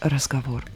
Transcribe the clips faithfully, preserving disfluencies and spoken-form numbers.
разговор.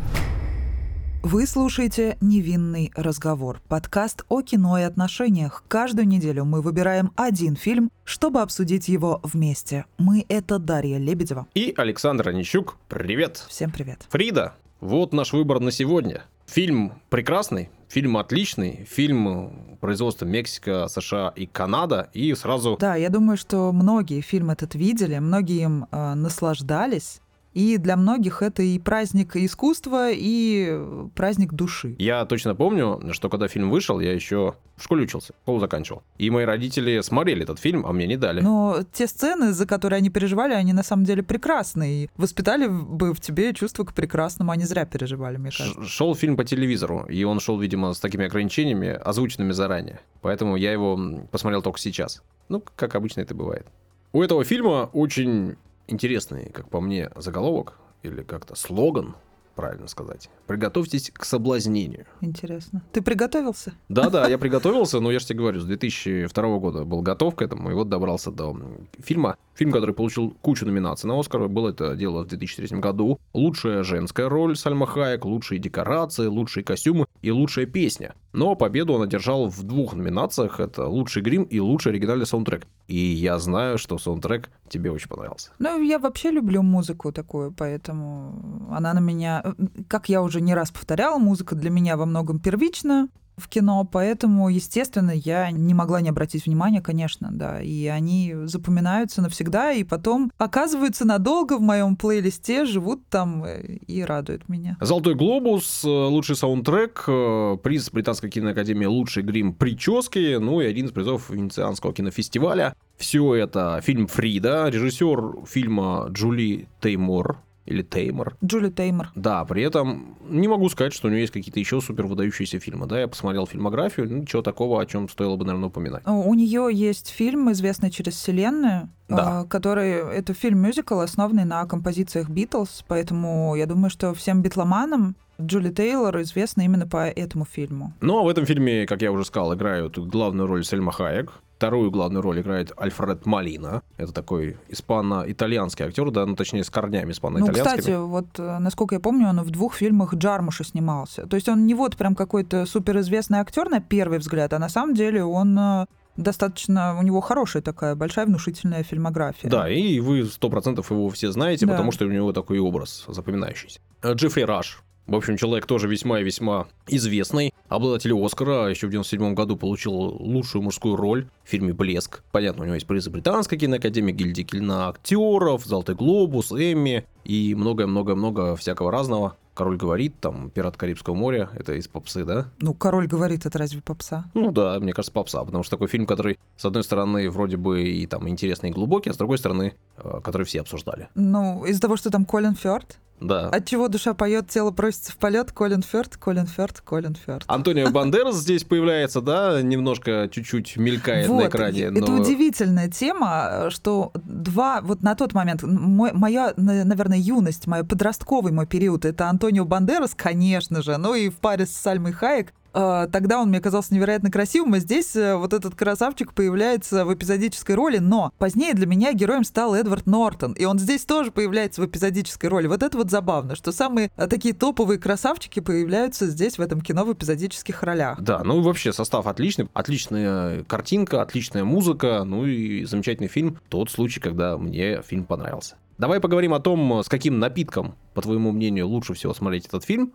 Вы слушаете «Невинный разговор» — подкаст о кино и отношениях. Каждую неделю мы выбираем один фильм, чтобы обсудить его вместе. Мы — это Дарья Лебедева и Александр Онищук. Привет! Всем привет! Фрида, вот наш выбор на сегодня. Фильм прекрасный, фильм отличный, фильм производства Мексика, США и Канада, и сразу... Да, я думаю, что многие фильм этот видели, многие им э, наслаждались. И для многих это и праздник искусства, и праздник души. Я точно помню, что когда фильм вышел, я еще в школе учился, школу заканчивал. И мои родители смотрели этот фильм, а мне не дали. Но те сцены, за которые они переживали, они на самом деле прекрасные. И воспитали бы в тебе чувство к прекрасному, они зря переживали, мне кажется. Ш- шел фильм по телевизору, и он шел, видимо, с такими ограничениями, озвученными заранее. Поэтому я его посмотрел только сейчас. Ну, как обычно это бывает. У этого фильма очень... интересный, как по мне, заголовок, или как-то слоган, правильно сказать. «Приготовьтесь к соблазнению». Интересно. Ты приготовился? Да-да, я приготовился, но я же тебе говорю, с две тысячи второго года был готов к этому, и вот добрался до фильма. Фильм, который получил кучу номинаций на «Оскар», было это дело в две тысячи третьем году. Лучшая женская роль Сальма Хайек, лучшие декорации, лучшие костюмы и лучшая песня. Но победу он одержал в двух номинациях. Это лучший грим и лучший оригинальный саундтрек. И я знаю, что саундтрек тебе очень понравился. Ну, я вообще люблю музыку такую, поэтому она на меня... Как я уже не раз повторяла, музыка для меня во многом первична в кино, поэтому, естественно, я не могла не обратить внимания, конечно, да. И они запоминаются навсегда, и потом оказываются надолго в моем плейлисте, живут там и радуют меня. «Золотой глобус», лучший саундтрек, приз Британской киноакадемии «Лучший грим прически», ну и один из призов Венецианского кинофестиваля. Все это фильм «Фрида», режиссер фильма Джули Теймор. Или Теймор. Джули Теймор. Да, при этом не могу сказать, что у нее есть какие-то еще супер выдающиеся фильмы. Да, я посмотрел фильмографию, ничего такого, о чем стоило бы, наверное, упоминать. У нее есть фильм, известный через вселенную, да. который... Это фильм-мюзикл, основанный на композициях Битлз, поэтому я думаю, что всем битломанам Джули Тейлор известна именно по этому фильму. Но в этом фильме, как я уже сказал, играют главную роль Сальма Хайек. Вторую главную роль играет Альфред Молина. Это такой испано-итальянский актер, да, ну точнее с корнями испано-итальянскими. Ну, кстати, вот насколько я помню, он в двух фильмах Джармуша снимался. То есть он не вот прям какой-то суперизвестный актер на первый взгляд, а на самом деле он достаточно, у него хорошая такая большая внушительная фильмография. Да, и вы сто процентов его все знаете, да. Потому что у него такой образ запоминающийся. Джеффри Раш. В общем, человек тоже весьма и весьма известный. Обладатель «Оскара», еще в девяносто седьмом году получил лучшую мужскую роль в фильме «Блеск». Понятно, у него есть призы Британской киноакадемии, гильдии киноактеров, «Золотой глобус», «Эмми» и многое-многое-много всякого разного. «Король говорит», там «Пират Карибского моря», это из попсы, да? Ну, «Король говорит», это разве попса? Ну да, мне кажется, попса, потому что такой фильм, который, с одной стороны, вроде бы и там интересный и глубокий, а с другой стороны, который все обсуждали. Ну, из-за того, что там Колин Фёрд? Да. От чего душа поет, тело просится в полет. Колин Фёрд, Колин Фёрд, Колин Фёрд. Антонио Бандерас здесь появляется, да, немножко чуть-чуть мелькает вот, на экране. Но... Это удивительная тема, что два, вот на тот момент, мой, моя, наверное, юность, мой подростковый мой период, это Антонио Бандерас, конечно же, ну и в паре с Сальмой Хайек. Тогда он мне казался невероятно красивым, а здесь вот этот красавчик появляется в эпизодической роли, но позднее для меня героем стал Эдвард Нортон, и он здесь тоже появляется в эпизодической роли. Вот это вот забавно, что самые такие топовые красавчики появляются здесь, в этом кино, в эпизодических ролях. Да, ну и вообще состав отличный, отличная картинка, отличная музыка, ну и замечательный фильм. Тот случай, когда мне фильм понравился. Давай поговорим о том, с каким напитком, по твоему мнению, лучше всего смотреть этот фильм.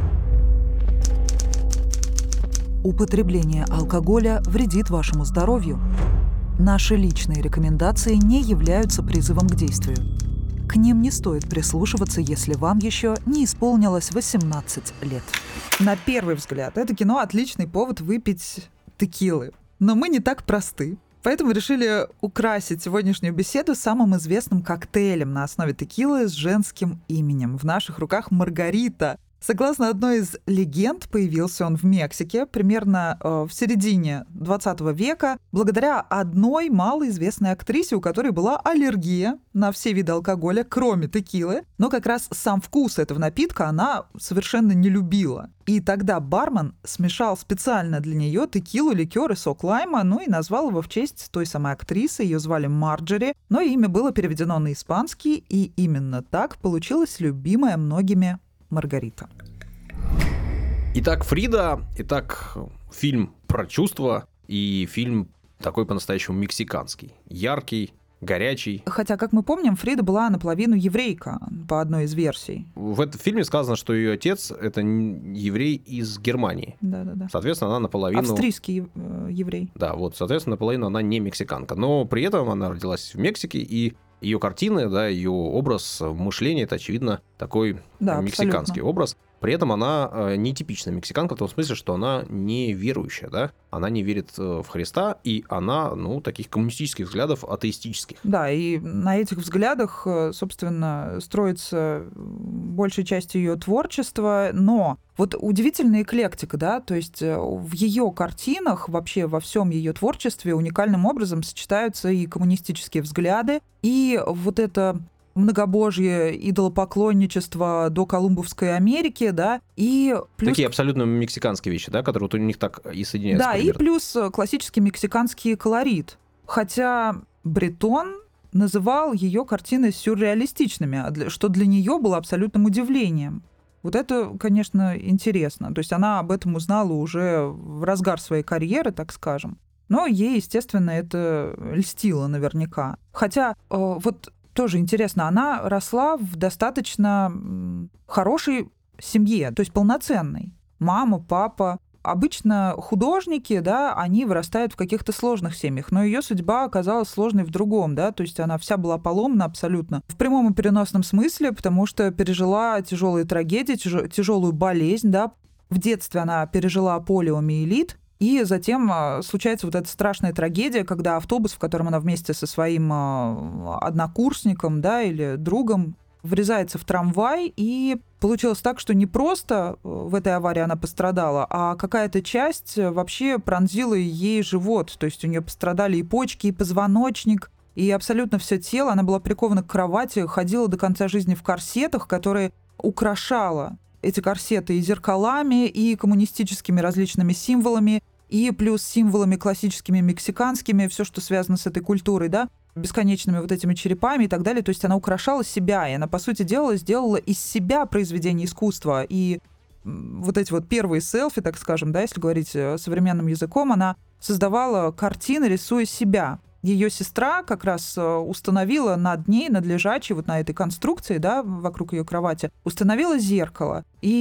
Употребление алкоголя вредит вашему здоровью. Наши личные рекомендации не являются призывом к действию. К ним не стоит прислушиваться, если вам еще не исполнилось восемнадцать лет. На первый взгляд, это кино отличный повод выпить текилы. Но мы не так просты. Поэтому решили украсить сегодняшнюю беседу самым известным коктейлем на основе текилы с женским именем. В наших руках Маргарита. Согласно одной из легенд, появился он в Мексике примерно э, в середине двадцатого века благодаря одной малоизвестной актрисе, у которой была аллергия на все виды алкоголя, кроме текилы, но как раз сам вкус этого напитка она совершенно не любила. И тогда бармен смешал специально для нее текилу, ликер и сок лайма, ну и назвал его в честь той самой актрисы, ее звали Марджери, но имя было переведено на испанский, и именно так получилась любимая многими Маргарита. Итак, Фрида, итак, фильм про чувства и фильм такой по-настоящему мексиканский. Яркий, горячий. Хотя, как мы помним, Фрида была наполовину еврейка, по одной из версий. В этом фильме сказано, что ее отец — это еврей из Германии. Да-да-да. Соответственно, она наполовину... Австрийский э, еврей. Да, вот, соответственно, наполовину она не мексиканка. Но при этом она родилась в Мексике, и ее картины, да, ее образ мышления — это, очевидно, такой да, мексиканский абсолютно. образ. При этом она э, нетипичная мексиканка в том смысле, что она не верующая, да, она не верит э, в Христа, и она, ну, таких коммунистических взглядов, атеистических. Да, и на этих взглядах, собственно, строится большая часть ее творчества, но вот удивительная эклектика, да, то есть в ее картинах, вообще во всем ее творчестве уникальным образом сочетаются и коммунистические взгляды, и вот это многобожье, идолопоклонничество до Колумбовской Америки, да, и плюс... Такие абсолютно мексиканские вещи, да, которые вот у них так и соединяются. Да, примерно. И плюс классический мексиканский колорит. Хотя Бретон называл ее картины сюрреалистичными, что для нее было абсолютным удивлением. Вот это, конечно, интересно. То есть она об этом узнала уже в разгар своей карьеры, так скажем. Но ей, естественно, это льстило наверняка. Хотя э, вот тоже интересно, она росла в достаточно хорошей семье, то есть полноценной. Мама, папа. Обычно художники, да, они вырастают в каких-то сложных семьях, но ее судьба оказалась сложной в другом, да, то есть она вся была поломана абсолютно в прямом и переносном смысле, потому что пережила тяжелые трагедии, тяж- тяжелую болезнь, да. В детстве она пережила полиомиелит, и затем случается вот эта страшная трагедия, когда автобус, в котором она вместе со своим однокурсником, да, или другом, врезается в трамвай, и получилось так, что не просто в этой аварии она пострадала, а какая-то часть вообще пронзила ей живот. То есть у нее пострадали и почки, и позвоночник, и абсолютно все тело. Она была прикована к кровати, ходила до конца жизни в корсетах, которые украшала эти корсеты и зеркалами, и коммунистическими различными символами, и плюс символами классическими мексиканскими, все, что связано с этой культурой, да, бесконечными вот этими черепами и так далее. То есть она украшала себя, и она, по сути дела, сделала из себя произведение искусства. И вот эти вот первые селфи, так скажем, да, если говорить современным языком, она создавала картины, рисуя себя. Ее сестра как раз установила над ней, над лежачей, вот на этой конструкции, да, вокруг ее кровати, установила зеркало.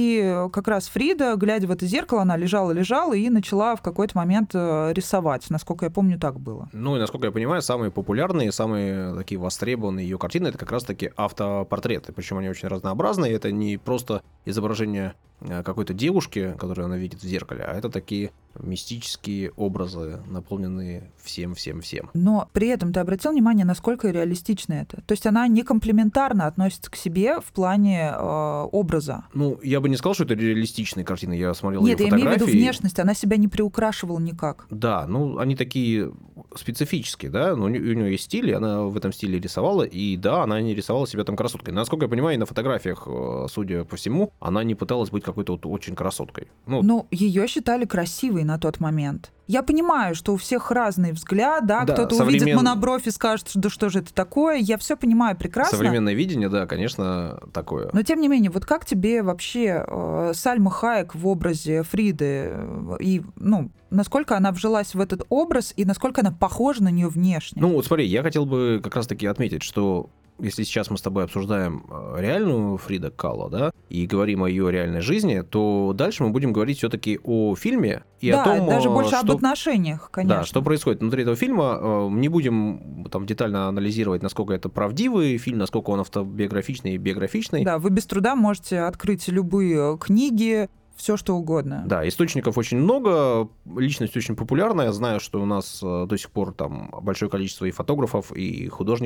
И как раз Фрида, глядя в это зеркало, она лежала-лежала и начала в какой-то момент рисовать. Насколько я помню, так было. Ну и, насколько я понимаю, самые популярные, самые такие востребованные ее картины — это как раз-таки автопортреты. Причем они очень разнообразные. Это не просто изображение какой-то девушки, которую она видит в зеркале, а это такие мистические образы, наполненные всем-всем-всем. Но при этом ты обратил внимание, насколько реалистично это? То есть она не комплементарно относится к себе в плане э, образа. Ну, я бы не сказал, что это реалистичные картины. Я смотрел Нет, ее я фотографии. имею в виду внешность. Она себя не приукрашивала никак. Да, ну, они такие специфические, да, но у нее есть стиль, и она в этом стиле рисовала, и да, она не рисовала себя там красоткой. Насколько я понимаю, и на фотографиях, судя по всему, она не пыталась быть какой-то вот очень красоткой. Ну, ну ее считали красивой на тот момент. Я понимаю, что у всех разный взгляд, да, да, кто-то современ... увидит монобровь и скажет, да что же это такое, я все понимаю прекрасно. Современное видение, да, конечно, такое. Но тем не менее, вот как тебе вообще э, Сальма Хайек в образе Фриды, э, и, ну, насколько она вжилась в этот образ, и насколько она похожа на нее внешне? Ну, вот смотри, я хотел бы как раз-таки отметить, что если сейчас мы с тобой обсуждаем реальную Фрида Кало, да, и говорим о ее реальной жизни, то дальше мы будем говорить все-таки о фильме и да, о том, даже больше что... об отношениях, конечно. Да, что происходит внутри этого фильма. Не будем там детально анализировать, насколько это правдивый фильм, насколько он автобиографичный и биографичный. Да, вы без труда можете открыть любые книги, все что угодно. Да, источников очень много, личность очень популярная. Знаю, что у нас до сих пор там большое количество и фотографов, и художников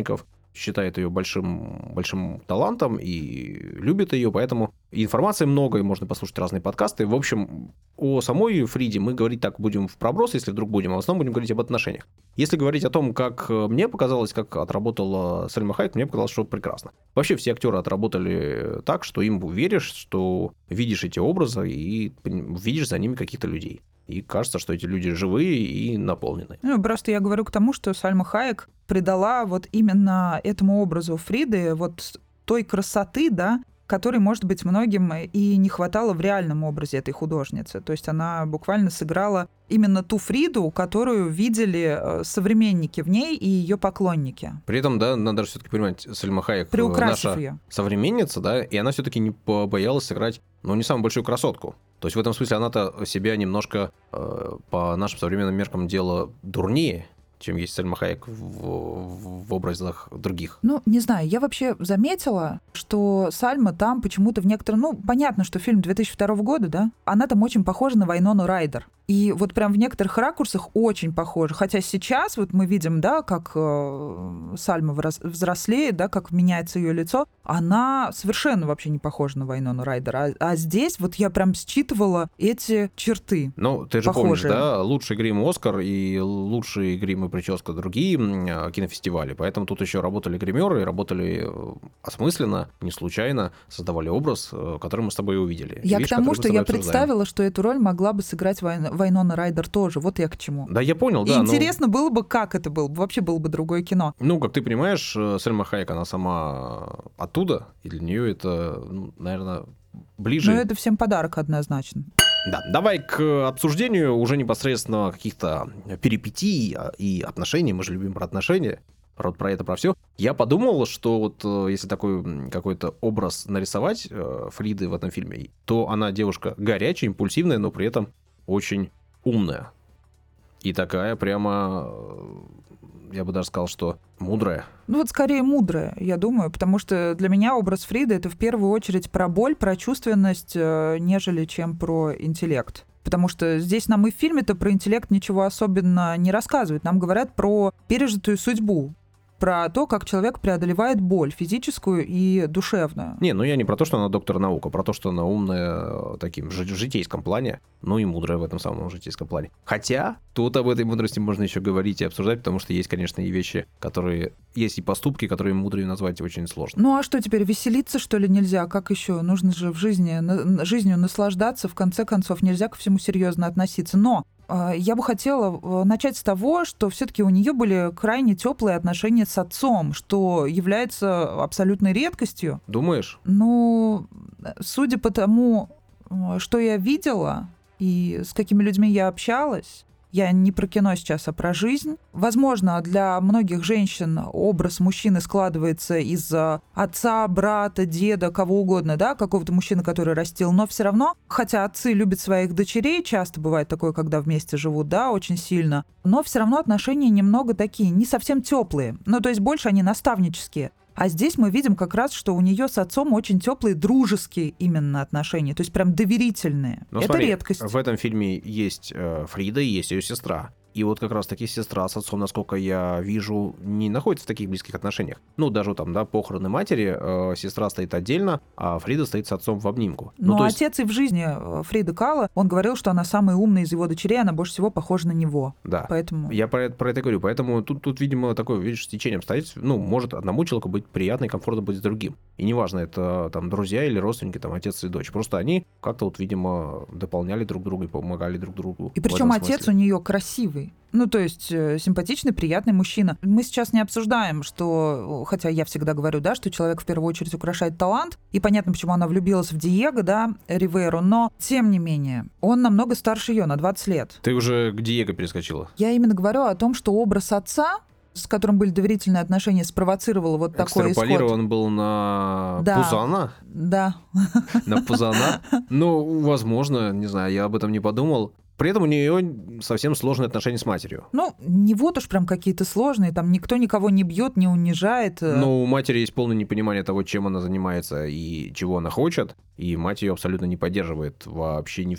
считает ее большим, большим талантом и любит ее, поэтому информации много, и можно послушать разные подкасты. В общем, о самой Фриде мы говорить так будем в проброс, если вдруг будем, а в основном будем говорить об отношениях. Если говорить о том, как мне показалось, как отработала Сальма Хайек, мне показалось, что прекрасно. Вообще все актеры отработали так, что им веришь, что видишь эти образы и видишь за ними каких-то людей. И кажется, что эти люди живые и наполнены. Ну, просто я говорю к тому, что Сальма Хайек придала вот именно этому образу Фриды вот той красоты, да, которой, может быть, многим и не хватало в реальном образе этой художницы. То есть она буквально сыграла именно ту Фриду, которую видели современники в ней и ее поклонники. При этом, да, надо же все-таки понимать, Сальма Хайек наша ее. современница, да, и она все-таки не побоялась сыграть, ну, не самую большую красотку. То есть в этом смысле она-то себя немножко э, по нашим современным меркам делала дурнее, чем есть Сальма Хайек в, в, в образах других. Ну, не знаю, я вообще заметила, что Сальма там почему-то в некотором... Ну, понятно, что фильм две тысячи второго года, да? Она там очень похожа на Вайнону Райдер. И вот прям в некоторых ракурсах очень похожа. Хотя сейчас вот мы видим, да, как э, Сальма взрослеет, да, как меняется ее лицо. Она совершенно вообще не похожа на Вайнону Райдер. А, а здесь вот я прям считывала эти черты. Ну, ты же похожие. помнишь, да, лучший грим Оскар и лучший грим и прическа другие кинофестивали. Поэтому тут еще работали гримеры, работали осмысленно, не случайно, создавали образ, который мы с тобой увидели. Я Видишь, к тому, что я обсуждаем. представила, что эту роль могла бы сыграть Вайн... Вайнона Райдер тоже. Вот я к чему. Да, я понял, и да. Интересно но... было бы, как это было бы. Вообще было бы другое кино. Ну, как ты понимаешь, Сальма Хайек, она сама оттуда, и для нее это, ну, наверное, ближе. Ну, это всем подарок однозначно. Да, давай к обсуждению уже непосредственно каких-то перипетий и отношений. Мы же любим про отношения, про, про это, про все. Я подумал, что вот если такой какой-то образ нарисовать Фриды в этом фильме, то она девушка горячая, импульсивная, но при этом очень умная. И такая прямо, я бы даже сказал, что мудрая. Ну вот скорее мудрая, я думаю, потому что для меня образ Фриды — это в первую очередь про боль, про чувственность, нежели чем про интеллект. Потому что здесь нам и в фильме-то про интеллект ничего особенно не рассказывают. Нам говорят про пережитую судьбу, про то, как человек преодолевает боль физическую и душевную. Не, ну я не про то, что она доктор наук, а про то, что она умная таким в житейском плане, ну и мудрая в этом самом житейском плане. Хотя тут об этой мудрости можно еще говорить и обсуждать, потому что есть, конечно, и вещи, которые... Есть и поступки, которые мудрые назвать очень сложно. Ну а что теперь, веселиться, что ли, нельзя? Как еще? Нужно же в жизни, на, жизнью наслаждаться, в конце концов, нельзя ко всему серьезно относиться. Но я бы хотела начать с того, что все-таки у нее были крайне теплые отношения с отцом, что является абсолютной редкостью. Думаешь? Ну, судя по тому, что я видела и с какими людьми я общалась, я не про кино сейчас, а про жизнь. Возможно, для многих женщин образ мужчины складывается из отца, брата, деда, кого угодно, да, какого-то мужчины, который растил, но все равно, хотя отцы любят своих дочерей, часто бывает такое, когда вместе живут, да, очень сильно, но все равно отношения немного такие, не совсем теплые, ну, то есть больше они наставнические. А здесь мы видим как раз, что у нее с отцом очень теплые, дружеские именно отношения, то есть прям доверительные. Но это смотри, редкость. В этом фильме есть э, Фрида и есть ее сестра. И вот как раз-таки сестра с отцом, насколько я вижу, не находится в таких близких отношениях. Ну, даже там, да, похороны матери, э, сестра стоит отдельно, а Фрида стоит с отцом в обнимку. Но ну, отец есть... и в жизни Фриды Кала, он говорил, что она самая умная из его дочерей, она больше всего похожа на него. Да, поэтому... я про это, про это говорю. Поэтому тут, тут, видимо, такое, видишь, стечение обстоятельств. Ну, может одному человеку быть приятно и комфортно быть с другим. И неважно, это там друзья или родственники, там отец и дочь. Просто они как-то вот, видимо, дополняли друг друга и помогали друг другу. И причем отец у нее красивый. Ну, то есть симпатичный, приятный мужчина. Мы сейчас не обсуждаем, что, хотя я всегда говорю, да, что человек в первую очередь украшает талант, и понятно, почему она влюбилась в Диего, да, Риверу, но, тем не менее, он намного старше ее, на двадцать лет. Ты уже к Диего перескочила. Я именно говорю о том, что образ отца, с которым были доверительные отношения, спровоцировал вот такой исход. Экстраполирован был на да. Пузана? Да. На Пузана? Ну, возможно, не знаю, я об этом не подумал. При этом у нее совсем сложные отношения с матерью. Ну, не вот уж прям какие-то сложные, там никто никого не бьет, не унижает. Но у матери есть полное непонимание того, чем она занимается и чего она хочет, и мать ее абсолютно не поддерживает вообще ни в чем.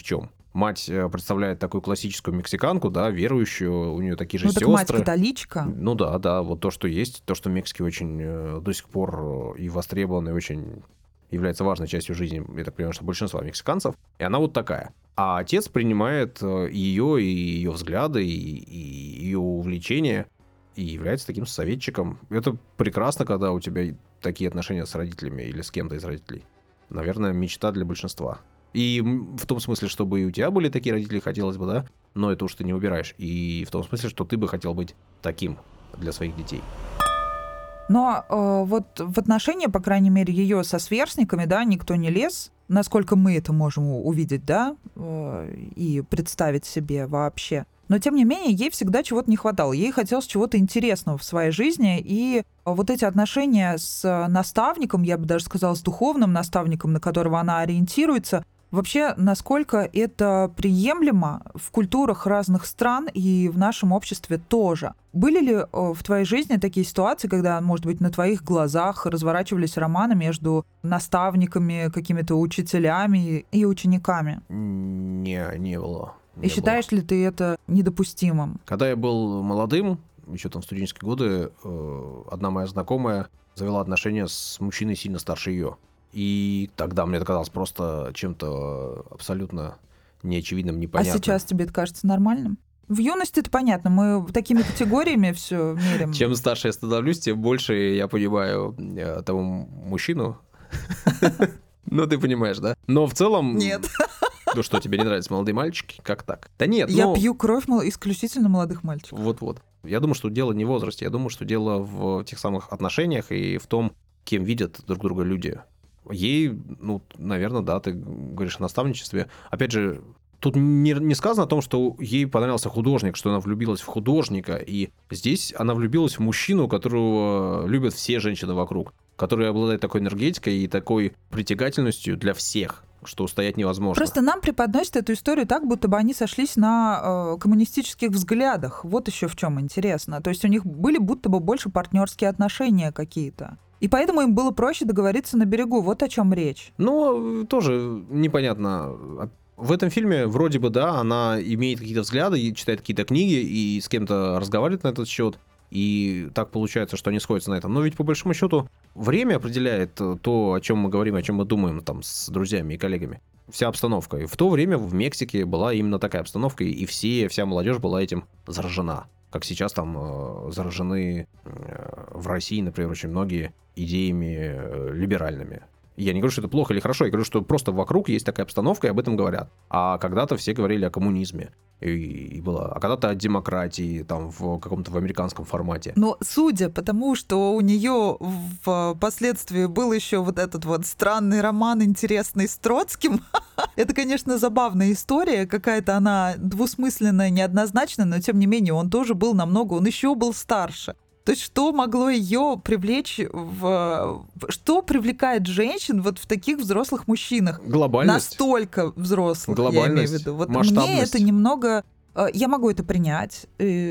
Мать представляет такую классическую мексиканку, да, верующую, у нее такие же ну, сестры. Ну, так мать католичка. Ну да, да, вот то, что есть, то, что в Мексике очень до сих пор и востребовано, и очень является важной частью жизни, я так понимаю, что большинства мексиканцев, и она вот такая. А отец принимает ее и ее взгляды, и, и ее увлечения, и является таким советчиком. Это прекрасно, когда у тебя такие отношения с родителями или с кем-то из родителей. Наверное, мечта для большинства. И в том смысле, чтобы и у тебя были такие родители, хотелось бы, да? Но это уж ты не выбираешь. И в том смысле, что ты бы хотел быть таким для своих детей. Но э, вот в отношении, по крайней мере, ее со сверстниками, да, никто не лез, насколько мы это можем увидеть, да, э, и представить себе вообще. Но, тем не менее, ей всегда чего-то не хватало. Ей хотелось чего-то интересного в своей жизни. И вот эти отношения с наставником, я бы даже сказала, с духовным наставником, на которого она ориентируется, вообще, насколько это приемлемо в культурах разных стран и в нашем обществе тоже. Были ли в твоей жизни такие ситуации, когда, может быть, на твоих глазах разворачивались романы между наставниками, какими-то учителями и учениками? Не, не было. И считаешь было. ли ты это недопустимым? Когда я был молодым, еще там в студенческие годы, одна моя знакомая завела отношения с мужчиной сильно старше ее. И тогда мне это казалось просто чем-то абсолютно неочевидным, непонятным. А сейчас тебе это кажется нормальным? В юности это понятно, мы такими категориями все меряем. Чем старше я становлюсь, тем больше я понимаю того мужчину. Ну, ты понимаешь, да? Но в целом... Нет. Ну что, тебе не нравятся молодые мальчики? Как так? Да нет, Я но... пью кровь исключительно молодых мальчиков. Вот-вот. Я думаю, что дело не в возрасте. Я думаю, что дело в тех самых отношениях и в том, кем видят друг друга люди. Ей, ну, наверное, да, ты говоришь о наставничестве. Опять же, тут не, не сказано о том, что ей понравился художник, что она влюбилась в художника. И здесь она влюбилась в мужчину, которого любят все женщины вокруг, который обладает такой энергетикой и такой притягательностью для всех, что устоять невозможно. Просто нам преподносят эту историю так, будто бы они сошлись на э, коммунистических взглядах. Вот еще в чем интересно. То есть у них были будто бы больше партнерские отношения какие-то. И поэтому им было проще договориться на берегу. Вот о чем речь. Ну, тоже непонятно. В этом фильме вроде бы, да, она имеет какие-то взгляды, читает какие-то книги и с кем-то разговаривает на этот счет. И так получается, что они сходятся на этом. Но ведь по большому счету время определяет то, о чем мы говорим, о чем мы думаем там с друзьями и коллегами. Вся обстановка. И в то время в Мексике была именно такая обстановка, и все, вся молодежь была этим заражена. Как сейчас там э, заражены э, в России, например, очень многие идеями э, либеральными. Я не говорю, что это плохо или хорошо, я говорю, что просто вокруг есть такая обстановка, и об этом говорят. А когда-то все говорили о коммунизме, и, и было, а когда-то о демократии, там, в каком-то в американском формате. Но судя по тому, что у нее впоследствии был еще вот этот вот странный роман интересный с Троцким, это, конечно, забавная история, какая-то она двусмысленная, неоднозначная, но тем не менее он тоже был намного, он еще был старше. То есть что могло ее привлечь в... Что привлекает женщин вот в таких взрослых мужчинах? Глобальность. Настолько взрослых, Глобальность, я имею в виду. Вот масштабность. Мне это немного... Я могу это принять,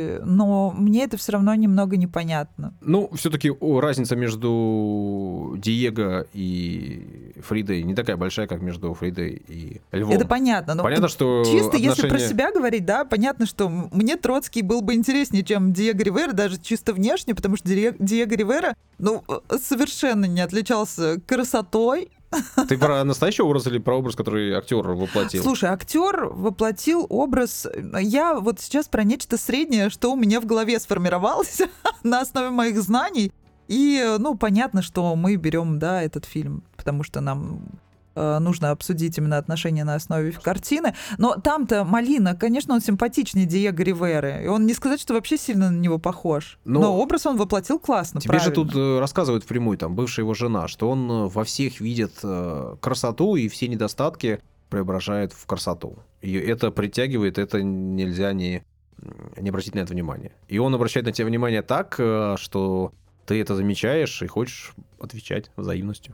но мне это все равно немного непонятно. Ну, все-таки разница между Диего и Фридой не такая большая, как между Фридой и Львом. Это понятно. Но понятно, что чисто отношения... если про себя говорить, да, понятно, что мне Троцкий был бы интереснее, чем Диего Ривера, даже чисто внешне, потому что Диего Ривера, ну, совершенно не отличался красотой. Ты про настоящий образ или про образ, который актер воплотил? Слушай, актер воплотил образ... Я вот сейчас про нечто среднее, что у меня в голове сформировалось на основе моих знаний. И, ну, понятно, что мы берем, да, этот фильм, потому что нам э, нужно обсудить именно отношения на основе картины. Но там-то Молина, конечно, он симпатичнее Диего Риверы. И он не сказать, что вообще сильно на него похож. Но, Но образ он воплотил классно, тебе правильно. же тут э, рассказывают впрямую, там, бывшая его жена, что он во всех видит э, красоту и все недостатки преображает в красоту. И это притягивает, это нельзя не, не обратить на это внимание. И он обращает на тебя внимание так, э, что ты это замечаешь и хочешь отвечать взаимностью.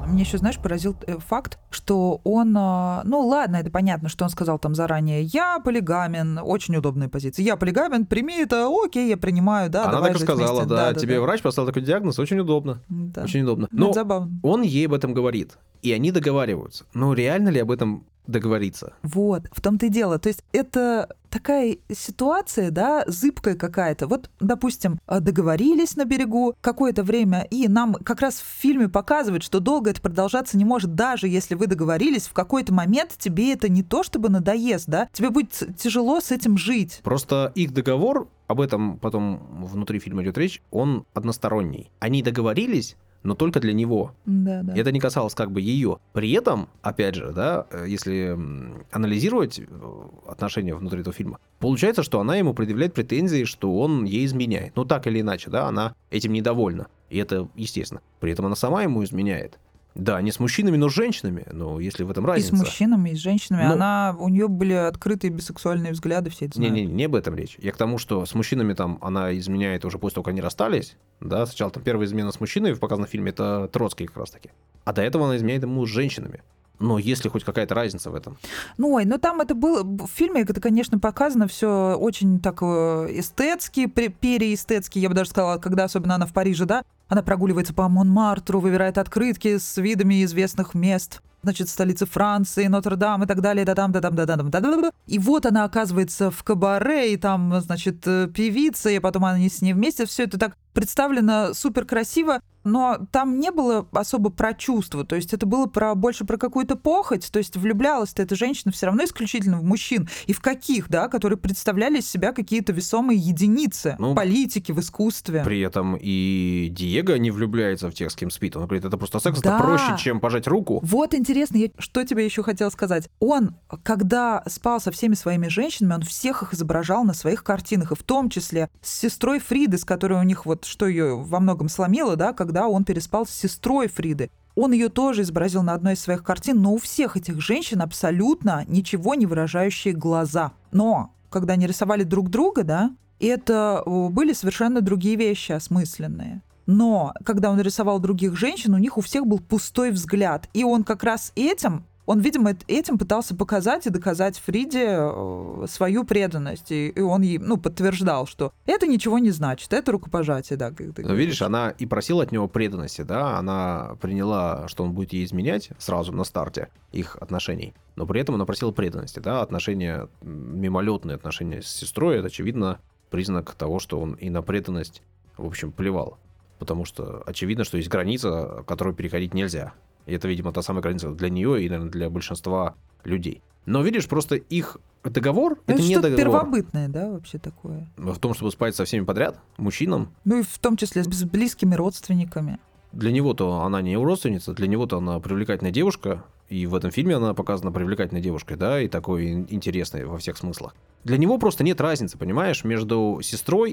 Мне еще, знаешь, поразил факт, что он... Ну, ладно, это понятно, что он сказал там заранее. Я полигамен, очень удобная позиция. Я полигамен, прими это, окей, я принимаю, да, Она давай так и жить сказала, вместе. да, Да, да, тебе да. врач поставил такой диагноз, очень удобно. Да. Очень удобно. Ну, Но это забавно. он ей об этом говорит, и они договариваются. Но реально ли об этом договориться? Вот, в том-то и дело. То есть это такая ситуация, да, зыбкая какая-то. Вот, допустим, договорились на берегу какое-то время, и нам как раз в фильме показывают, что долго это продолжаться не может, даже если вы договорились, в какой-то момент тебе это не то чтобы надоест, да, тебе будет тяжело с этим жить. Просто их договор, об этом потом внутри фильма идет речь, он односторонний. Они договорились, но только для него. Да, да. Это не касалось как бы ее. При этом, опять же, да, если анализировать отношения внутри этого фильма, получается, что она ему предъявляет претензии, что он ей изменяет. Ну, так или иначе, да, она этим недовольна. И это естественно. При этом она сама ему изменяет. Да, не с мужчинами, но с женщинами. Но если в этом разница... И с мужчинами, и с женщинами. Ну, она, у нее были открытые бисексуальные взгляды, все это знают. Не-не, не об этом речь. Я к тому, что с мужчинами там она изменяет уже после того, как они расстались. Да, сначала там первая измена с мужчиной в показанном фильме, это Троцкий как раз-таки. А до этого она изменяет ему с женщинами. Но есть ли хоть какая-то разница в этом? Ну, ой, ну там это было... В фильме это, конечно, показано все очень так эстетски, переэстетски, я бы даже сказала, когда особенно она в Париже, да, она прогуливается по Монмартру, выбирает открытки с видами известных мест, значит, столицы Франции, Нотр-Дам и так далее, да-дам, да-дам, да-дам, да-дам. И вот она оказывается в кабаре, и там, значит, певица, и потом они с ней вместе. Все это так представлено супер красиво, но там не было особо про чувства, то есть это было про, больше про какую-то похоть, то есть влюблялась-то эта женщина все равно исключительно в мужчин, и в каких, да, которые представляли из себя какие-то весомые единицы Ну, в политике, в искусстве. При этом и Диего не влюбляется в тех, с кем спит. Он говорит, это просто секс, Да. это проще, чем пожать руку. Вот интересно, я что тебе еще хотела сказать. Он, когда спал со всеми своими женщинами, он всех их изображал на своих картинах, и в том числе с сестрой Фриды, с которой у них вот, что ее во многом сломило, да, когда он переспал с сестрой Фриды. Он ее тоже изобразил на одной из своих картин, но у всех этих женщин абсолютно ничего не выражающие глаза. Но когда они рисовали друг друга, да, это были совершенно другие вещи, осмысленные. Но когда он рисовал других женщин, у них у всех был пустой взгляд. И он как раз этим, он, видимо, этим пытался показать и доказать Фриде свою преданность. И он ей, ну, подтверждал, что это ничего не значит, это рукопожатие, да. Как ты Но видишь, она и просила от него преданности, да, она приняла, что он будет ей изменять сразу на старте их отношений, но при этом она просила преданности, да, отношения, мимолетные отношения с сестрой, это, очевидно, признак того, что он и на преданность, в общем, плевал. Потому что очевидно, что есть граница, которую переходить нельзя. И это, видимо, та самая граница для нее и, наверное, для большинства людей. Но, видишь, просто их договор — Ну, это это не что-то договор. первобытное, да, вообще такое. В том, чтобы спать со всеми подряд, мужчинам. Ну и в том числе с близкими родственниками. Для него-то она не родственница, для него-то она привлекательная девушка. И в этом фильме она показана привлекательной девушкой, да, и такой интересной во всех смыслах. Для него просто нет разницы, понимаешь, между сестрой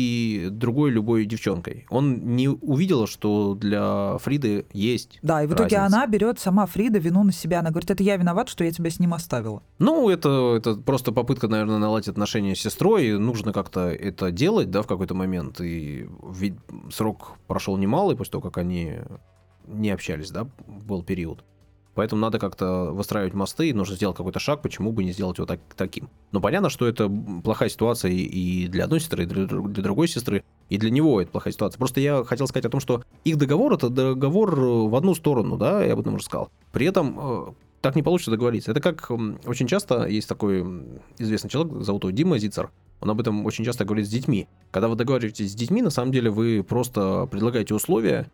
и другой любой девчонкой. Он не увидел, что для Фриды есть Да, и в итоге разница. она берет сама Фрида вину на себя. Она говорит, это я виноват, что я тебя с ним оставила. Ну, это, это просто попытка, наверное, наладить отношения с сестрой. И нужно как-то это делать, да, в какой-то момент. И ведь срок прошел немалый после того, как они не общались, да, был период. Поэтому надо как-то выстраивать мосты, нужно сделать какой-то шаг, почему бы не сделать его так, таким. Но понятно, что это плохая ситуация и для одной сестры, и для, для другой сестры, и для него это плохая ситуация. Просто я хотел сказать о том, что их договор — это договор в одну сторону, да, я об этом уже сказал. При этом так не получится договориться. Это как очень часто есть такой известный человек, зовут его Дима Зицер, он об этом очень часто говорит с детьми. Когда вы договариваетесь с детьми, на самом деле вы просто предлагаете условия,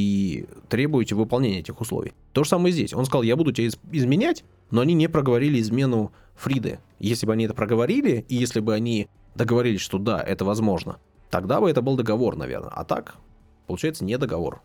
и требуете выполнения этих условий. То же самое здесь. Он сказал, я буду тебя изменять, но они не проговорили измену Фриды. Если бы они это проговорили, и если бы они договорились, что да, это возможно, тогда бы это был договор, наверное. А так, получается, не договор.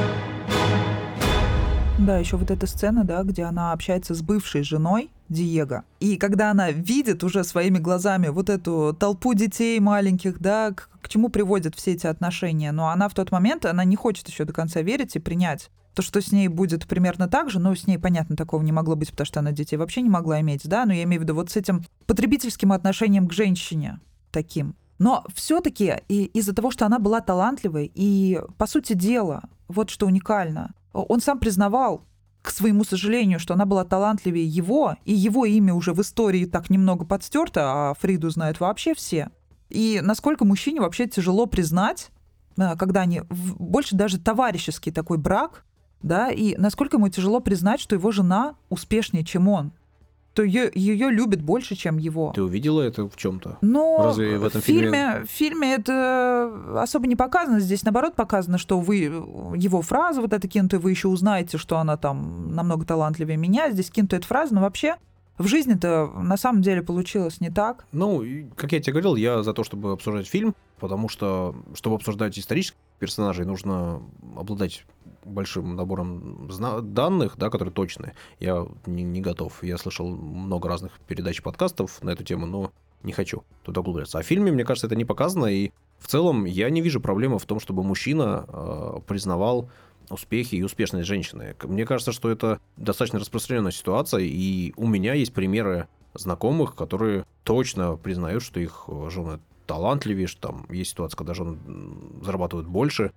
Да, еще вот эта сцена, да, где она общается с бывшей женой Диего. И когда она видит уже своими глазами вот эту толпу детей маленьких, да, к, к чему приводят все эти отношения, но она в тот момент, она не хочет еще до конца верить и принять то, что с ней будет примерно так же, но с ней, понятно, такого не могло быть, потому что она детей вообще не могла иметь, да, но я имею в виду вот с этим потребительским отношением к женщине таким. Но все-таки и из-за того, что она была талантливой, и, по сути дела, вот что уникально, он сам признавал, к своему сожалению, что она была талантливее его, и его имя уже в истории так немного подстерто, а Фриду знают вообще все. И насколько мужчине вообще тяжело признать, когда они больше даже товарищеский такой брак, да, и насколько ему тяжело признать, что его жена успешнее, чем он. То ее, ее любят больше, чем его. Ты увидела это в чем-то? Но Разве в этом в фильме, фильме... в фильме это особо не показано. Здесь, наоборот, показано, что вы его фраза вот эта кинутая, вы еще узнаете, что она там намного талантливее меня. Здесь кинутая эта фраза, но вообще в жизни-то на самом деле получилось не так. Ну, как я тебе говорил, я за то, чтобы обсуждать фильм, потому что, чтобы обсуждать исторических персонажей, нужно обладать большим набором данных, да, которые точные. Я не, не готов. Я слышал много разных передач, подкастов на эту тему, но не хочу туда углубляться. А в фильме, мне кажется, это не показано, и в целом я не вижу проблемы в том, чтобы мужчина э, признавал успехи и успешность женщины. Мне кажется, что это достаточно распространенная ситуация, и у меня есть примеры знакомых, которые точно признают, что их жены талантливее, что там есть ситуация, когда жены зарабатывают больше,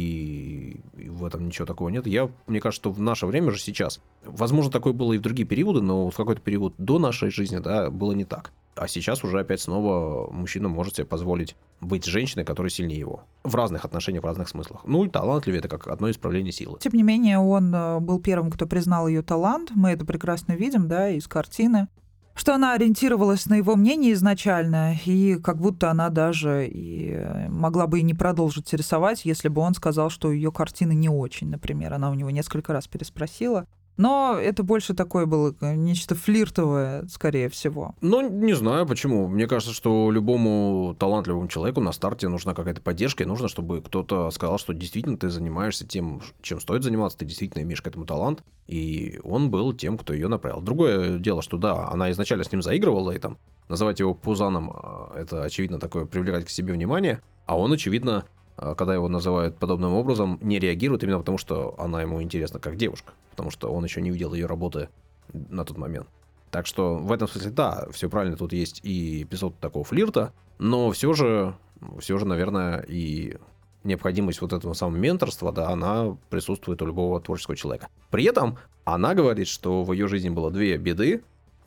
и, и в этом ничего такого нет. Я, мне кажется, что в наше время же сейчас, возможно, такое было и в другие периоды, но в какой-то период до нашей жизни, да, было не так. А сейчас уже опять снова мужчина может себе позволить быть женщиной, которая сильнее его. В разных отношениях, в разных смыслах. Ну и талантливее — это как одно из проявлений силы. Тем не менее, он был первым, кто признал ее талант. Мы это прекрасно видим, да, из картины. Что она ориентировалась на его мнение изначально, и как будто она даже и могла бы и не продолжить рисовать, если бы он сказал, что ее картины не очень, например. Она у него несколько раз переспросила. Но это больше такое было нечто флиртовое, скорее всего. Ну, не знаю, почему. Мне кажется, что любому талантливому человеку на старте нужна какая-то поддержка, и нужно, чтобы кто-то сказал, что действительно ты занимаешься тем, чем стоит заниматься, ты действительно имеешь к этому талант, и он был тем, кто ее направил. Другое дело, что да, она изначально с ним заигрывала, и там называть его пузаном, это, очевидно, такое привлекать к себе внимание, а он, очевидно, когда его называют подобным образом, не реагирует именно потому, что она ему интересна как девушка, потому что он еще не видел ее работы на тот момент. Так что в этом смысле, да, все правильно, тут есть и эпизод такого флирта, но все же, все же, наверное, и необходимость вот этого самого менторства, да, она присутствует у любого творческого человека. При этом она говорит, что в ее жизни было две беды.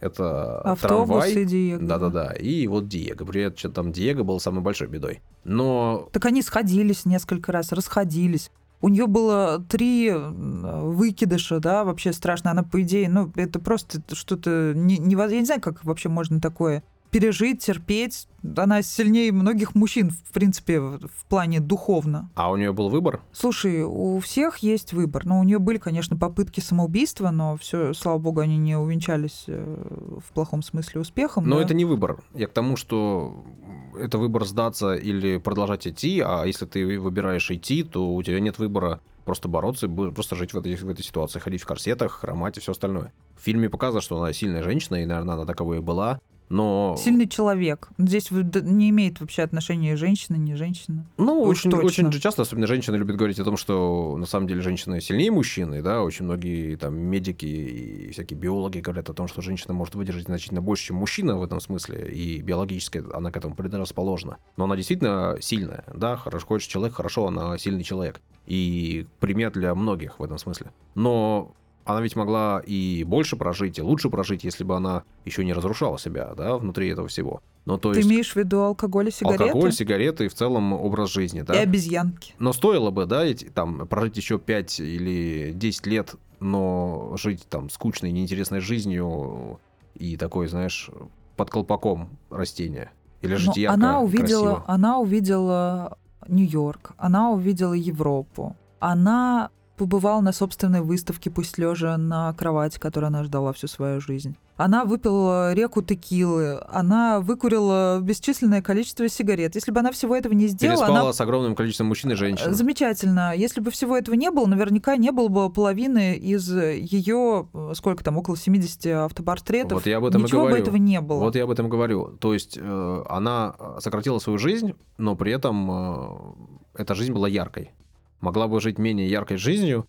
Это автобус трамвай, и Диего. Да-да-да, и вот Диего. При этом что там Диего был самой большой бедой. Но... Так они сходились несколько раз, расходились. У нее было три выкидыша, да, вообще страшно. Она, по идее, ну, это просто что-то... Не, не, я не знаю, как вообще можно такое пережить, терпеть. Она сильнее многих мужчин, в принципе, в плане духовно. А у нее был выбор? Слушай, у всех есть выбор. Ну, у нее были, конечно, попытки самоубийства, но все, слава богу, они не увенчались в плохом смысле успехом. Но да? это не выбор. Я к тому, что это выбор сдаться или продолжать идти, а если ты выбираешь идти, то у тебя нет выбора просто бороться, просто жить в этой, в этой ситуации, ходить в корсетах, хромать и все остальное. В фильме показано, что она сильная женщина, и, наверное, она таковой и была. Но... Сильный человек. Здесь не имеет вообще отношения женщина, не женщина. Ну, очень, очень же часто, особенно женщины, любят говорить о том, что на самом деле женщины сильнее мужчины, да, очень многие там медики и всякие биологи говорят о том, что женщина может выдержать значительно больше, чем мужчина в этом смысле, и биологически она к этому предрасположена. Но она действительно сильная, да, хорошо, хочешь человек, хорошо, она сильный человек. И пример для многих в этом смысле. Но... она ведь могла и больше прожить, и лучше прожить, если бы она еще не разрушала себя, да, внутри этого всего. Но, то Ты есть, имеешь в виду алкоголь и сигареты? Алкоголь, сигареты и в целом образ жизни, да. И обезьянки. Но стоило бы, да, там, прожить еще пять или десять лет, но жить там скучной, неинтересной жизнью и такой, знаешь, под колпаком растения. Или жить но ярко, она увидела, красиво. Она увидела Нью-Йорк, она увидела Европу, она... побывала на собственной выставке, пусть лежа на кровати, которую она ждала всю свою жизнь. Она выпила реку текилы, она выкурила бесчисленное количество сигарет. Если бы она всего этого не сделала... Переспала она... с огромным количеством мужчин и женщин. Замечательно. Если бы всего этого не было, наверняка не было бы половины из ее, сколько там, около семидесяти автопортретов. Вот я об этом Ничего и говорю. бы этого не было. Вот я об этом говорю. То есть э, она сократила свою жизнь, но при этом э, эта жизнь была яркой. Могла бы жить менее яркой жизнью,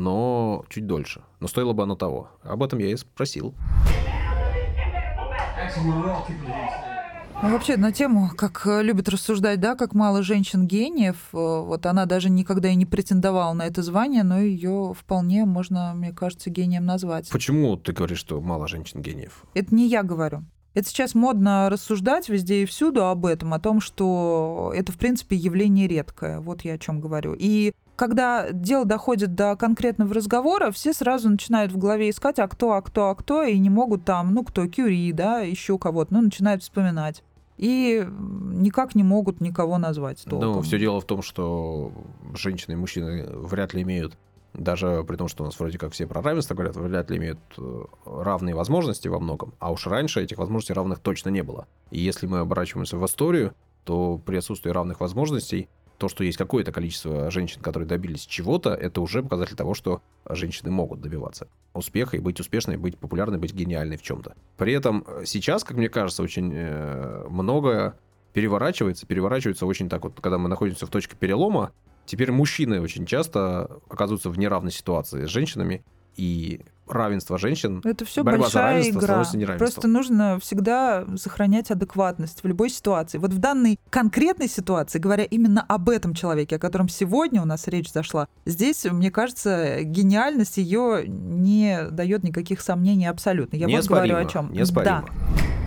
но чуть дольше. Но стоило бы оно того. Об этом я и спросил. Ну, вообще, на тему, как э, любят рассуждать, да, как мало женщин-гениев, э, вот она даже никогда и не претендовала на это звание, но ее вполне можно, мне кажется, гением назвать. Почему ты говоришь, что мало женщин-гениев? Это не я говорю. Это сейчас модно рассуждать везде и всюду об этом, о том, что это, в принципе, явление редкое. Вот я о чем говорю. И когда дело доходит до конкретного разговора, все сразу начинают в голове искать, а кто, а кто, а кто, и не могут там, ну, кто, Кюри, да, еще кого-то, ну, начинают вспоминать. И никак не могут никого назвать толком. Ну, все дело в том, что женщины и мужчины вряд ли имеют, даже при том, что у нас вроде как все про равенство говорят, вряд ли имеют равные возможности во многом. А уж раньше этих возможностей равных точно не было. И если мы оборачиваемся в историю, то при отсутствии равных возможностей то, что есть какое-то количество женщин, которые добились чего-то, это уже показатель того, что женщины могут добиваться успеха и быть успешной, быть популярной, быть гениальной в чем-то. При этом сейчас, как мне кажется, очень э, многое переворачивается, переворачивается очень так вот, когда мы находимся в точке перелома. Теперь мужчины очень часто оказываются в неравной ситуации с женщинами, и равенство женщин, это все борьба большая за равенство игра. становится неравенством. Просто нужно всегда сохранять адекватность в любой ситуации. Вот в данной конкретной ситуации, говоря именно об этом человеке, о котором сегодня у нас речь зашла, здесь, мне кажется, гениальность ее не дает никаких сомнений абсолютно. Я вот говорю о чем. Неоспоримо. Да.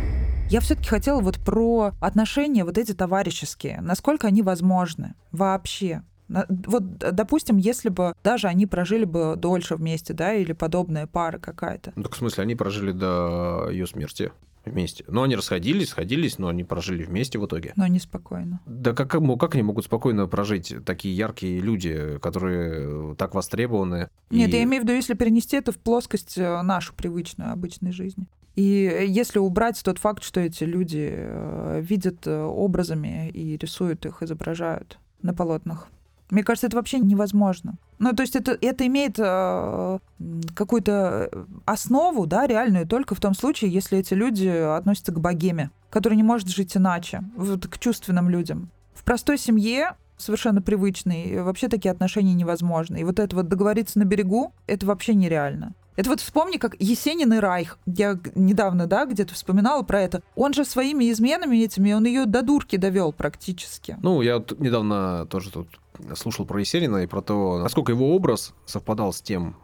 Я все-таки хотела вот про отношения вот эти товарищеские. Насколько они возможны вообще? Вот, допустим, если бы даже они прожили бы дольше вместе, да, или подобная пара какая-то. Ну, так в смысле, они прожили до ее смерти вместе. Но они расходились, сходились, но они прожили вместе в итоге. Но неспокойно. Да как, как они могут спокойно прожить такие яркие люди, которые так востребованы? Нет, и... я имею в виду, если перенести это в плоскость нашу привычную, обычной жизни. И если убрать тот факт, что эти люди видят образами и рисуют их, изображают на полотнах. Мне кажется, это вообще невозможно. Ну, то есть это, это имеет э, какую-то основу, да, реальную, только в том случае, если эти люди относятся к богеме, которая не может жить иначе, вот, к чувственным людям. В простой семье, совершенно привычной, вообще такие отношения невозможны. И вот это вот договориться на берегу, это вообще нереально. Это вот вспомни, как Есенин и Райх. Я недавно, да, где-то вспоминала про это. Он же своими изменами этими, он ее до дурки довел практически. Ну, я вот недавно тоже тут слушал про Есенина и про то, насколько его образ совпадал с тем,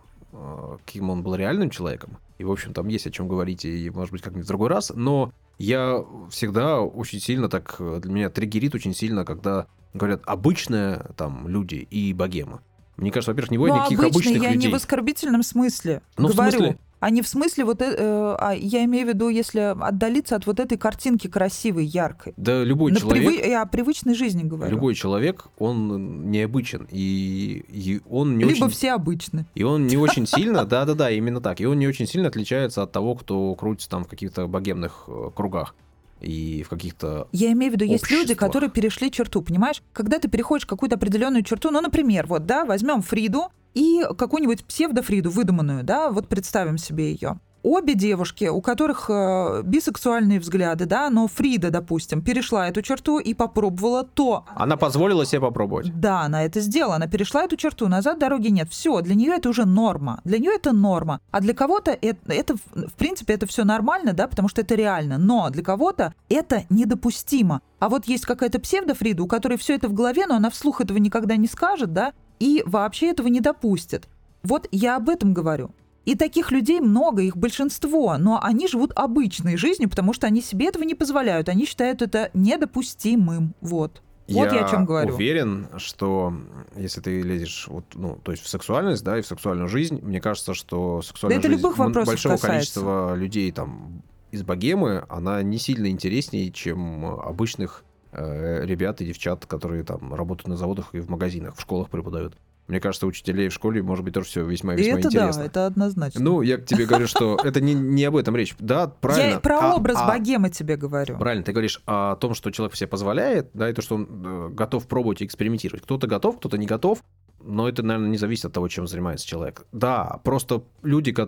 каким он был реальным человеком. И, в общем, там есть о чем говорить, и, может быть, как-нибудь в другой раз. Но я всегда очень сильно так... Для меня триггерит очень сильно, когда говорят «обычные там люди» и «богема». Мне кажется, во-первых, не бывает ну, никаких обычно, обычных я людей. Не в оскорбительном смысле ну, говорю. В смысле... А не в смысле вот... Э, а я имею в виду, если отдалиться от вот этой картинки красивой, яркой. Да любой На человек... Привы... Я о привычной жизни говорю. Любой человек, он необычен. И, и он не Либо очень... все обычны. И он не очень сильно... Да-да-да, именно так. И он не очень сильно отличается от того, кто крутится там в каких-то богемных кругах. И в каких-то Я имею в виду, есть обществах. люди, которые перешли черту, понимаешь? Когда ты переходишь какую-то определенную черту, ну, например, вот, да, возьмем Фриду и какую-нибудь псевдофриду выдуманную, да, вот представим себе ее. Обе девушки, у которых э, бисексуальные взгляды, да, но Фрида, допустим, перешла эту черту и попробовала то. Она позволила себе попробовать. Да, она это сделала, она перешла эту черту, назад дороги нет. Все, для нее это уже норма. Для нее это норма. А для кого-то это, это, в принципе, это все нормально, да, потому что это реально. Но для кого-то это недопустимо. А вот есть какая-то псевдофрида, у которой все это в голове, но она вслух этого никогда не скажет, да, и вообще этого не допустит. Вот я об этом говорю. И таких людей много, их большинство, но они живут обычной жизнью, потому что они себе этого не позволяют, они считают это недопустимым. Вот. Вот я, я о чем говорю. Я уверен, что если ты лезешь вот, ну, то есть в сексуальность, да, и в сексуальную жизнь, мне кажется, что сексуальная да жизнь касается. большого количества людей там из богемы, она не сильно интереснее, чем обычных э, ребят и девчат, которые там работают на заводах и в магазинах, в школах преподают. Мне кажется, учителей в школе, может быть, тоже все весьма-весьма это интересно. Да, это однозначно. Ну, я тебе говорю, что это не, не об этом речь. Да, правильно. Я про а, образ а, богемы тебе говорю. Правильно, ты говоришь о том, что человек себе позволяет, да, и то, что он э, готов пробовать и экспериментировать. Кто-то готов, кто-то не готов, но это, наверное, не зависит от того, чем занимается человек. Да, просто люди, которые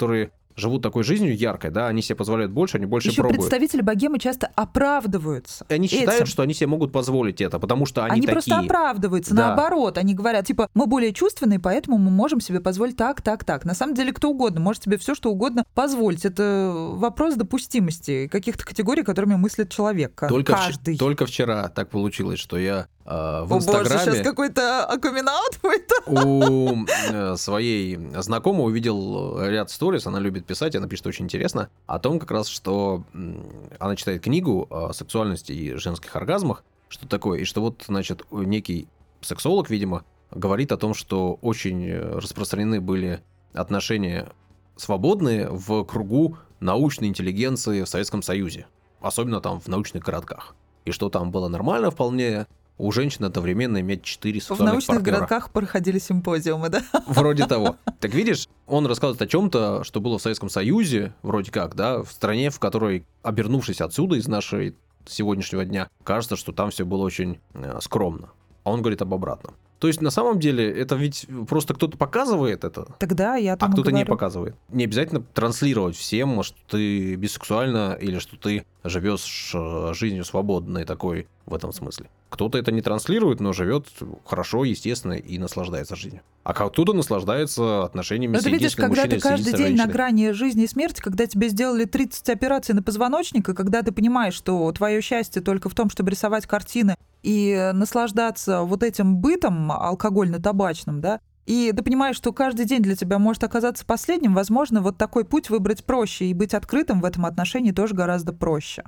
живут такой жизнью яркой, да, они себе позволяют больше, они больше Еще пробуют. представители богемы часто оправдываются. Они этим. считают, что они себе могут позволить это, потому что они, Они такие. просто оправдываются, Да. наоборот. Они говорят, типа, мы более чувственные, поэтому мы можем себе позволить так, так, так. На самом деле, кто угодно может себе все, что угодно позволить. Это вопрос допустимости каких-то категорий, которыми мыслит человек. Только, Каждый. вч- только вчера так получилось, что я э, в О Инстаграме... боже, сейчас какой-то аккуминаут будет. У э, своей знакомой увидел ряд сторис, она любит писать, она пишет очень интересно, о том как раз, что м, она читает книгу о сексуальности и женских оргазмах, что такое, и что вот, значит, некий сексолог, видимо, говорит о том, что очень распространены были отношения свободные в кругу научной интеллигенции в Советском Союзе, особенно там в научных городках, и что там было нормально вполне у женщин одновременно иметь четыре В сексуальных научных партнера. городках проходили симпозиумы, да? Вроде того. Так видишь, он рассказывает о чем-то, что было в Советском Союзе, вроде как, да, в стране, в которой, обернувшись отсюда из нашей сегодняшнего дня, кажется, что там все было очень э, скромно. А он говорит об обратном. То есть, на самом деле, это ведь просто кто-то показывает это, Тогда я а там и кто-то не говорю. показывает. Не обязательно транслировать всем, что ты бисексуальна или что ты живешь э, жизнью свободной такой в этом смысле. Кто-то это не транслирует, но живет хорошо, естественно, и наслаждается жизнью. А кто-то наслаждается отношениями Но с ты видишь, единственным когда мужчиной, ты с каждый единственной день на женщиной. грани жизни и смерти, когда тебе сделали тридцать операций на позвоночник, и когда ты понимаешь, что твое счастье только в том, чтобы рисовать картины и наслаждаться вот этим бытом алкогольно-табачным, да, и ты понимаешь, что каждый день для тебя может оказаться последним, возможно, вот такой путь выбрать проще, и быть открытым в этом отношении тоже гораздо проще.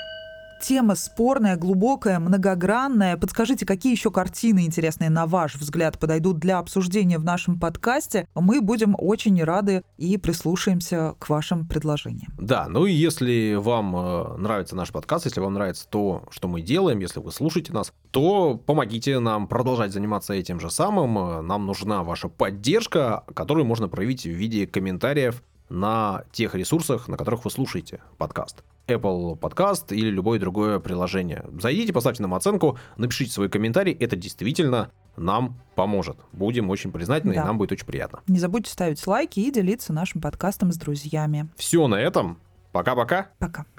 Тема спорная, глубокая, многогранная. Подскажите, какие еще картины интересные, на ваш взгляд, подойдут для обсуждения в нашем подкасте? Мы будем очень рады и прислушаемся к вашим предложениям. Да, ну и если вам э, нравится наш подкаст, если вам нравится то, что мы делаем, если вы слушаете нас, то помогите нам продолжать заниматься этим же самым. Э, Нам нужна ваша поддержка, которую можно проявить в виде комментариев на тех ресурсах, на которых вы слушаете подкаст. Apple Podcast или любое другое приложение. Зайдите, поставьте нам оценку, напишите свой комментарий. Это действительно нам поможет. Будем очень признательны, Да. и нам будет очень приятно. Не забудьте ставить лайки и делиться нашим подкастом с друзьями. Все на этом. Пока-пока. Пока.